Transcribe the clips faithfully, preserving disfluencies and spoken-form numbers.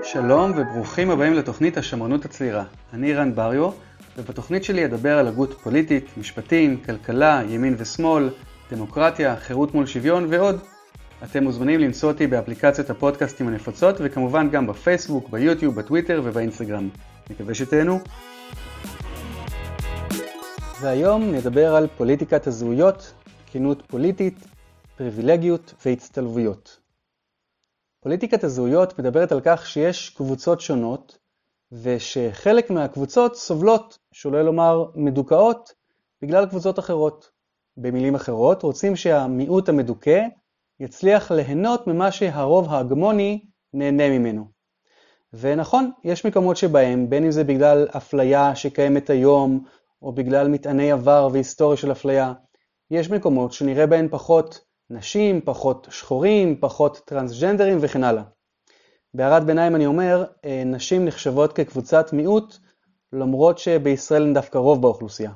שלום וברוכים הבאים לתוכנית השמרנות הצעירה. אני רן בריו, ובתוכנית שלי אדבר על הגות פוליטית, משפטים, כלכלה, ימין ושמאל, דמוקרטיה, חירות מול שוויון ועוד. אתם מוזמנים למצוא אותי באפליקציות הפודקאסטים הנפוצות, וכמובן גם בפייסבוק, ביוטיוב, בטוויטר ובאינסטגרם. מקווה שתהנו. והיום נדבר על פוליטיקת הזהויות, תקינות פוליטית, פריבילגיות והצטלבויות. פוליטיקת הזהויות מדברת על כך שיש קבוצות שונות, ושחלק מהקבוצות סובלות, שלא לומר מדוכאות, בגלל קבוצות אחרות. במילים אחרות, רוצים שהמיעוט המדוכא יצליח ליהנות ממה שהרוב ההגמוני נהנה ממנו. ונכון, יש מקומות שבהם, בין אם זה בגלל אפליה שקיימת היום, או בגלל מטעני עבר והיסטוריה של אפליה, יש מקומות שנראה בהן פחות נשים, פחות שחורים, פחות טרנסג'נדרים וכן הלאה. בהערת ביניים אני אומר, נשים נחשבות כקבוצת מיעוט, למרות שבישראל הן דווקא רוב באוכלוסייה.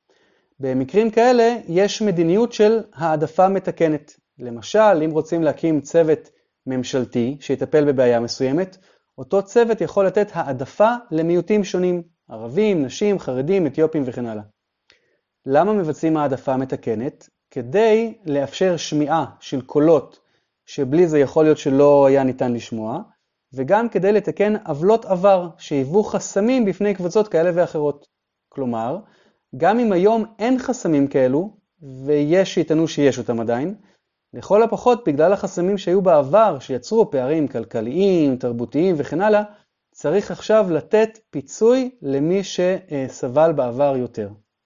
במקרים כאלה יש מדיניות של העדפה מתקנת. למשל, אם רוצים להקים צוות ממשלתי שיטפל בבעיה מסוימת, אותו צוות יכול לתת העדפה למיעוטים שונים, ערבים, נשים, חרדים, אתיופים וכן הלאה. למה מבצעים העדפה מתקנת? כדי לאפשר שמיעה של קולות שבלי זה יכול להיות שלא היה ניתן לשמוע, וגם כדי לתקן עוולות עבר שהיוו חסמים בפני קבוצות כאלה ואחרות. כלומר, גם אם היום אין חסמים כאלו, ויש שיטענו שיש אותם עדיין, לכל הפחות בגלל החסמים שהיו בעבר, שיצרו פערים כלכליים, תרבותיים וכן הלאה, צריך עכשיו לתת פיצוי למי שסבל בעבר יותר.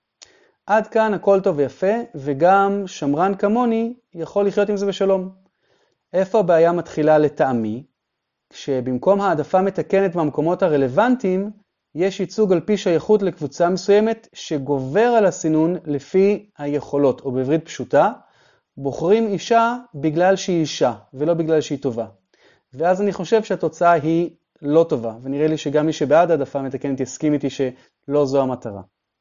עד כאן הכל טוב ויפה, וגם שמרן כמוני יכול לחיות עם זה בשלום. איפה הבעיה מתחילה לטעמי? כשבמקום העדפה מתקנת במקומות הרלוונטיים, יש ייצוג על פי שייכות לקבוצה מסוימת שגובר על הסינון לפי היכולות, או בעברית פשוטה, בוחרים אישה בגלל שהיא אישה, ולא בגלל שהיא טובה. ואז אני חושב שהתוצאה היא לא טובה, ונראה לי שגם מי שבעד העדפה מתקנת יסכים איתי שלא זו המטרה.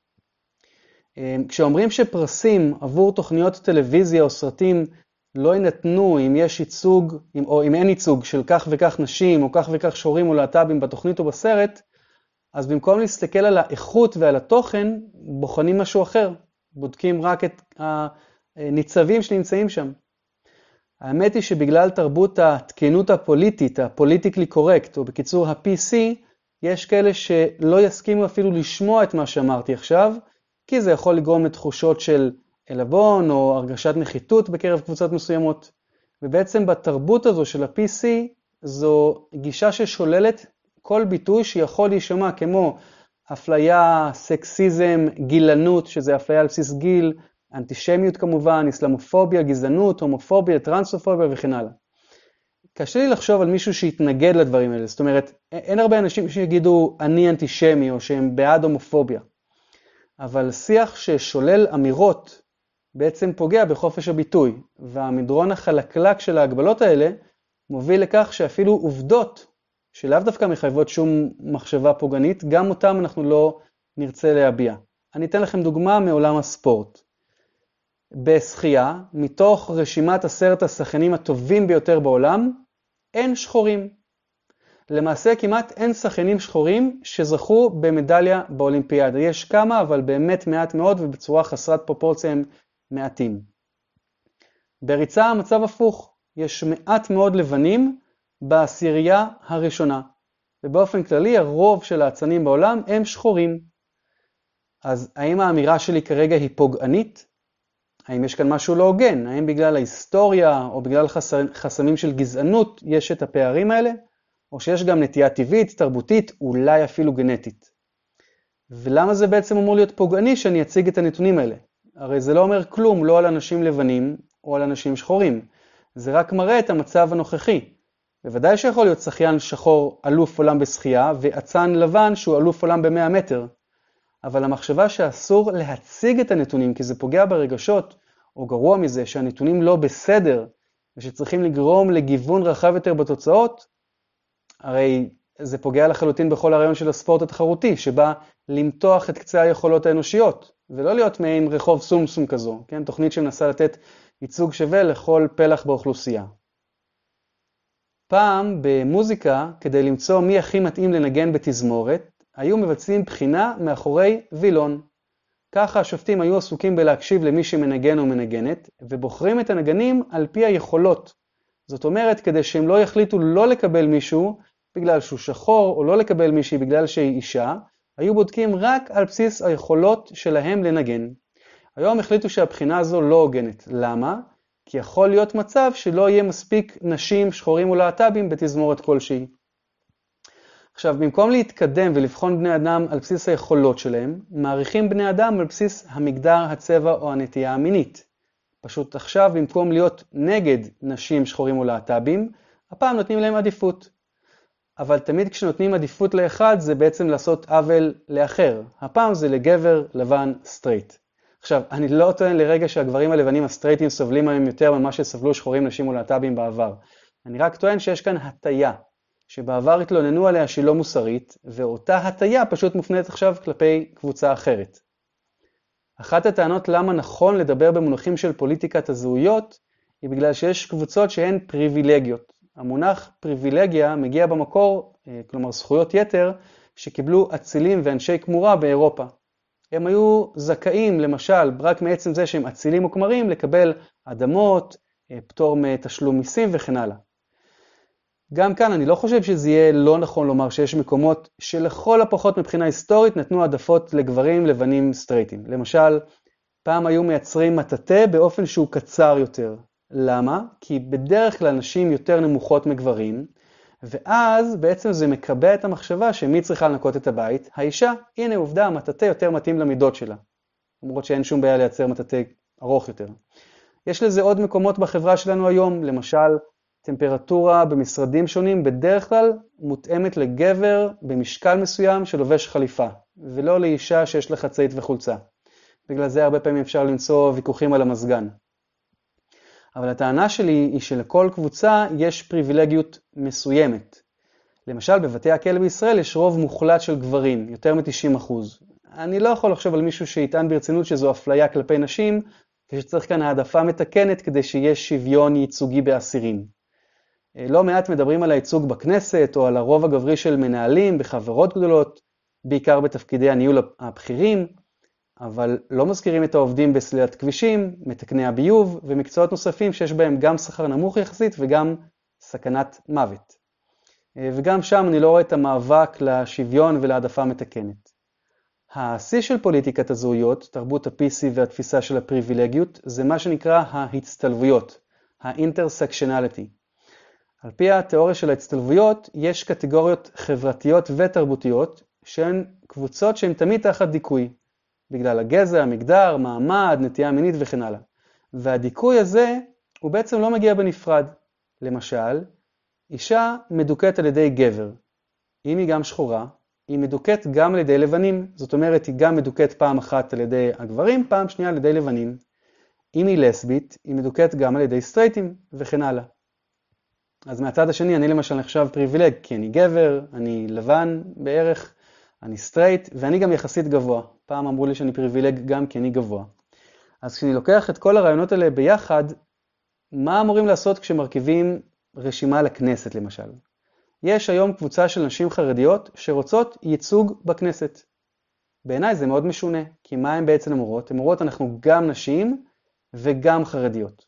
כשאומרים שפרסים עבור תוכניות טלוויזיה או סרטים לא יינתנו אם יש ייצוג, או אם אין ייצוג של כך וכך נשים, או כך וכך שחורים או להט"בים בתוכנית או בסרט, אז במקום להסתכל על האיכות ועל התוכן, בוחנים משהו אחר. בודקים רק את הניצבים שנמצאים שם. האמת היא שבגלל תרבות התקינות הפוליטית, הפוליטיקלי קורקט, או בקיצור ה-פי סי, יש כאלה שלא יסכימו אפילו לשמוע את מה שאמרתי עכשיו, כי זה יכול לגרום לתחושות של אלבון או הרגשת נחיתות בקרב קבוצות מסוימות. ובעצם בתרבות הזו של ה-פי סי, זו גישה ששוללת כל ביטוי שיכול להישמע כמו אפליה, סקסיזם, גילנות, שזה אפליה על בסיס גיל, אנטישמיות כמובן, אסלאמופוביה, גזענות, הומופוביה, טרנסופוביה וכן הלאה. קשה לי לחשוב על מישהו שיתנגד לדברים האלה. זאת אומרת, אין הרבה אנשים שיגידו אני אנטישמי או שהם בעד הומופוביה. אבל שיח ששולל אמירות בעצם פוגע בחופש הביטוי, והמדרון החלקלק של ההגבלות האלה מוביל לכך שאפילו עובדות שלאו דווקא מחייבות שום מחשבה פוגענית, גם אותם אנחנו לא נרצה להביע. אני אתן לכם דוגמה מעולם הספורט. בשחייה, מתוך רשימת עשרת השחיינים הטובים ביותר בעולם, אין שחורים. למעשה כמעט אין שחיינים שחורים שזכו במדליה באולימפיאדה. יש כמה, אבל באמת מעט מאוד, ובצורה חסרת פרופורציה הם מעטים. בריצה המצב הפוך. יש מעט מאוד לבנים בעשירייה הראשונה. ובאופן כללי הרוב של האצנים בעולם הם שחורים. אז האם האמירה שלי כרגע היא פוגענית? האם יש כאן משהו לא הוגן? האם בגלל ההיסטוריה או בגלל חסמים של גזענות יש את הפערים האלה? או שיש גם נטייה טבעית, תרבותית, אולי אפילו גנטית. ולמה זה בעצם אמור להיות פוגעני שאני אציג את הנתונים האלה? הרי זה לא אומר כלום לא על אנשים לבנים או על אנשים שחורים. זה רק מראה את המצב הנוכחי. בוודאי שיכול להיות שחיין שחור אלוף עולם בשחייה, ואצן לבן שהוא אלוף עולם ב-מאה מטר. אבל המחשבה שאסור להציג את הנתונים כי זה פוגע ברגשות, או גרוע מזה שהנתונים לא בסדר, ושצריכים לגרום לגיוון רחב יותר בתוצאות, הרי זה פוגע לחלוטין בכל הרעיון של הספורט התחרותי, שבא למתוח את קצה היכולות האנושיות, ולא להיות מעין רחוב סומסום כזו, כן? תוכנית שמנסה לתת ייצוג שווה לכל פלח באוכלוסייה. פעם במוזיקה, כדי למצוא מי הכי מתאים לנגן בתזמורת, היו מבצעים בחינה מאחורי וילון. ככה השופטים היו עסוקים בלהקשיב למי שמנגן או מנגנת, ובוחרים את הנגנים על פי היכולות. זאת אומרת, כדי שהם לא יחליטו לא לקבל מישהו בגלל שהוא שחור, או לא לקבל מישהי בגלל שהיא אישה, היו בודקים רק על בסיס היכולות שלהם לנגן. היום החליטו שהבחינה הזו לא הוגנת. למה? כי יכול להיות מצב שלא יהיה מספיק נשים, שחורים או להט"בים בתזמורת כלשהי. עכשיו, במקום להתקדם ולבחון בני אדם על בסיס היכולות שלהם, מעריכים בני אדם על בסיס המגדר, הצבע או הנטייה המינית. פשוט עכשיו, במקום להיות נגד נשים, שחורים או להט"בים, הפעם נותנים להם עדיפות. אבל תמיד כשנותנים עדיפות לאחד, זה בעצם לעשות עוול לאחר. הפעם זה לגבר, לבן, סטרייט. עכשיו, אני לא טוען לרגע שהגברים הלבנים הסטרייטים סובלים מהם יותר ממה שסבלו שחורים, נשים או להט"בים בעבר. אני רק טוען שיש כאן הטיה, שבעבר התלוננו עליה שהיא לא מוסרית, ואותה הטיה פשוט מופנית עכשיו כלפי קבוצה אחרת. אחת הטענות למה נכון לדבר במונחים של פוליטיקת הזהויות, היא בגלל שיש קבוצות שהן פריבילגיות. המונח פריבילגיה מגיע במקור, כלומר זכויות יתר, שקיבלו אצילים ואנשי כמורה באירופה. הם היו זכאים, למשל, רק מעצם זה שהם אצילים או כמרים, לקבל אדמות, פטור מתשלום מיסים וכן הלאה. גם כאן אני לא חושב שזה יהיה לא נכון לומר שיש מקומות שלכל הפחות מבחינה היסטורית נתנו עדפות לגברים לבנים סטרייטים. למשל, פעם היו מייצרים מטאטא באופן שהוא קצר יותר. למה? כי בדרך כלל נשים יותר נמוכות מגברים, ואז בעצם זה מקבע את המחשבה שמי צריכה לנקות את הבית? האישה. הנה עובדה, המטאטא יותר מתאים למידות שלה. למרות שאין שום בעיה לייצר מטאטא ארוך יותר. יש לזה עוד מקומות בחברה שלנו היום, למשל, טמפרטורה במשרדים שונים בדרך כלל מותאמת לגבר במשקל מסוים שלובש חליפה, ולא לאישה שיש לה חצאית וחולצה. בגלל זה הרבה פעמים אפשר למצוא ויכוחים על המזגן. אבל הטענה שלי היא שלכל קבוצה יש פריבילגיות מסוימת. למשל, בבתי הכלא בישראל יש רוב מוחלט של גברים, יותר מ-תשעים אחוז. אני לא יכול לחשוב על מישהו שיטען ברצינות שזו אפליה כלפי נשים, ושצריך כאן העדפה מתקנת כדי שיהיה שוויון ייצוגי באסירים. לא מעט מדברים על הייצוג בכנסת, או על הרוב הגברי של מנהלים בחברות גדולות, בעיקר בתפקידי הניהול הבכירים, אבל לא מזכירים את העובדים בסלילת כבישים, מתקני הביוב, ומקצועות נוספים שיש בהם גם שכר נמוך יחסית וגם סכנת מוות. וגם שם אני לא רואה את המאבק לשוויון ולהעדפה מתקנת. השיא של פוליטיקת הזהויות, תרבות ה-פי סי והתפיסה של הפריבילגיות, זה מה שנקרא ההצטלבויות, ה-intersectionality. על פי התיאוריה של ההצטלבויות, יש קטגוריות חברתיות ותרבותיות, שהן קבוצות שהן תמיד תחת דיכוי, בגלל הגזע, המגדר, מעמד, נטייה מינית וכן הלאה. והדיכוי הזה הוא בעצם לא מגיע בנפרד. למשל, אישה מדוכאת על ידי גבר. אם היא גם שחורה, היא מדוכאת גם על ידי לבנים. זאת אומרת, היא גם מדוכאת פעם אחת על ידי הגברים, פעם שנייה על ידי לבנים. אם היא לסבית, היא מדוכאת גם על ידי סטרייטים וכן הלאה. אז מהצד השני, אני למשל נחשב פריבילג, כי אני גבר, אני לבן בערך, אני סטרייט, ואני גם יחסית גבוה. פעם אמרו לי שאני פריבילג גם כי אני גבוה. אז כשאני לוקח את כל הרעיונות האלה ביחד, מה אמורים לעשות כשמרכיבים רשימה לכנסת למשל? יש היום קבוצה של נשים חרדיות שרוצות ייצוג בכנסת. בעיניי זה מאוד משונה, כי מה הן בעצם אמורות? הן אומרות אנחנו גם נשים וגם חרדיות.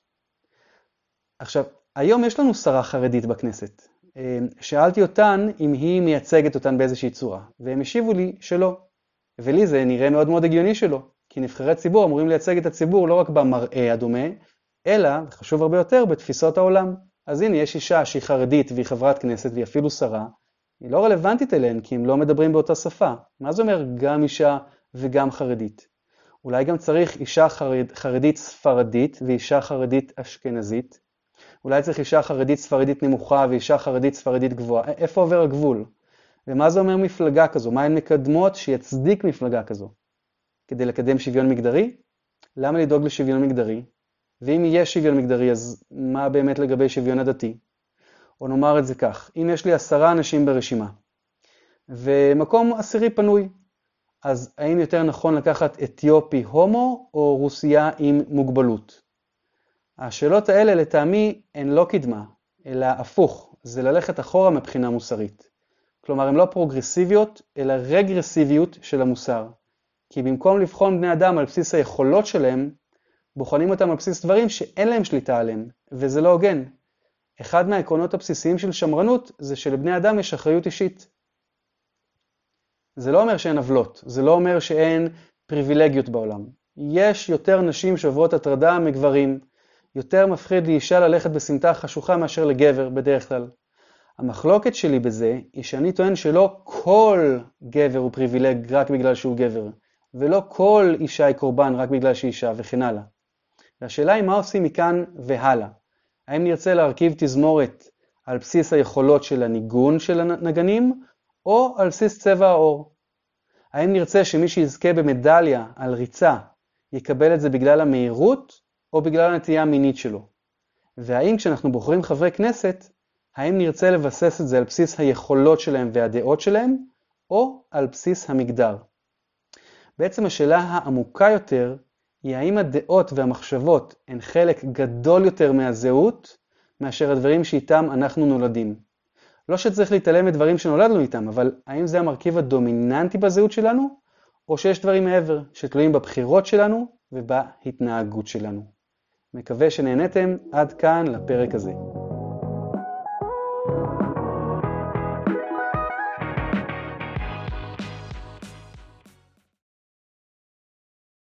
עכשיו, היום יש לנו שרה חרדית בכנסת. שאלתי אותן אם היא מייצגת אותן באיזושהי צורה, והם השיבו לי שלא. ולי זה נראה מאוד מאוד הגיוני שלא, כי נבחרי ציבור אמורים לייצג את הציבור לא רק במראה הדומה, אלא, וחשוב הרבה יותר, בתפיסות העולם. אז הנה, יש אישה שהיא חרדית והיא חברת כנסת והיא אפילו שרה, היא לא רלוונטית אליהן כי הם לא מדברים באותה שפה. מה זה אומר גם אישה וגם חרדית? אולי גם צריך אישה חרד, חרדית ספרדית ואישה חרדית אשכנזית. אולי צריך אישה חרדית ספרדית נמוכה ואישה חרדית ספרדית גבוהה. איפה עובר הגבול? ומה זה אומר מפלגה כזו? מה הן מקדמות שיצדיק מפלגה כזו? כדי לקדם שוויון מגדרי? למה לדאוג לשוויון מגדרי? ואם יש שוויון מגדרי, אז מה באמת לגבי שוויון הדתי? או נאמר את זה כך, אם יש לי עשרה אנשים ברשימה, ומקום עשירי פנוי, אז האם יותר נכון לקחת אתיופי הומו או רוסיה עם מוגבלות? השאלות האלה לטעמי הן לא קדמה, אלא הפוך, זה ללכת אחורה מבחינה מוסרית. כלומר, הן לא פרוגרסיביות, אלא רגרסיביות של המוסר. כי במקום לבחון בני אדם על בסיס היכולות שלהם, בוחנים אותם על בסיס דברים שאין להם שליטה עליהם, וזה לא הוגן. אחד מהעקרונות הבסיסיים של שמרנות זה שלבני אדם יש אחריות אישית. זה לא אומר שאין עוולות, זה לא אומר שאין פריבילגיות בעולם. יש יותר נשים שעוברות הטרדה מגברים, יותר מפחיד לאישה ללכת בסמטה חשוכה מאשר לגבר בדרך כלל. המחלוקת שלי בזה היא שאני טוען שלא כל גבר הוא פריבילג רק בגלל שהוא גבר, ולא כל אישה היא קורבן רק בגלל שהיא אישה וכן הלאה. והשאלה היא מה עושים מכאן והלאה. האם נרצה להרכיב תזמורת על בסיס היכולות של הניגון של הנגנים, או על בסיס צבע העור? האם נרצה שמי שיזכה במדליה על ריצה יקבל את זה בגלל המהירות, או בגלל הנטייה המינית שלו? והאם כשאנחנו בוחרים חברי כנסת, האם נרצה לבסס את זה על בסיס היכולות שלהם והדעות שלהם, או על בסיס המגדר? בעצם השאלה העמוקה יותר היא האם הדעות והמחשבות הן חלק גדול יותר מהזהות, מאשר הדברים שאיתם אנחנו נולדים. לא שצריך להתעלם מדברים שנולדנו איתם, אבל האם זה המרכיב הדומיננטי בזהות שלנו, או שיש דברים מעבר שתלויים בבחירות שלנו ובהתנהגות שלנו. מקווה שנהנתם עד כאן לפרק הזה.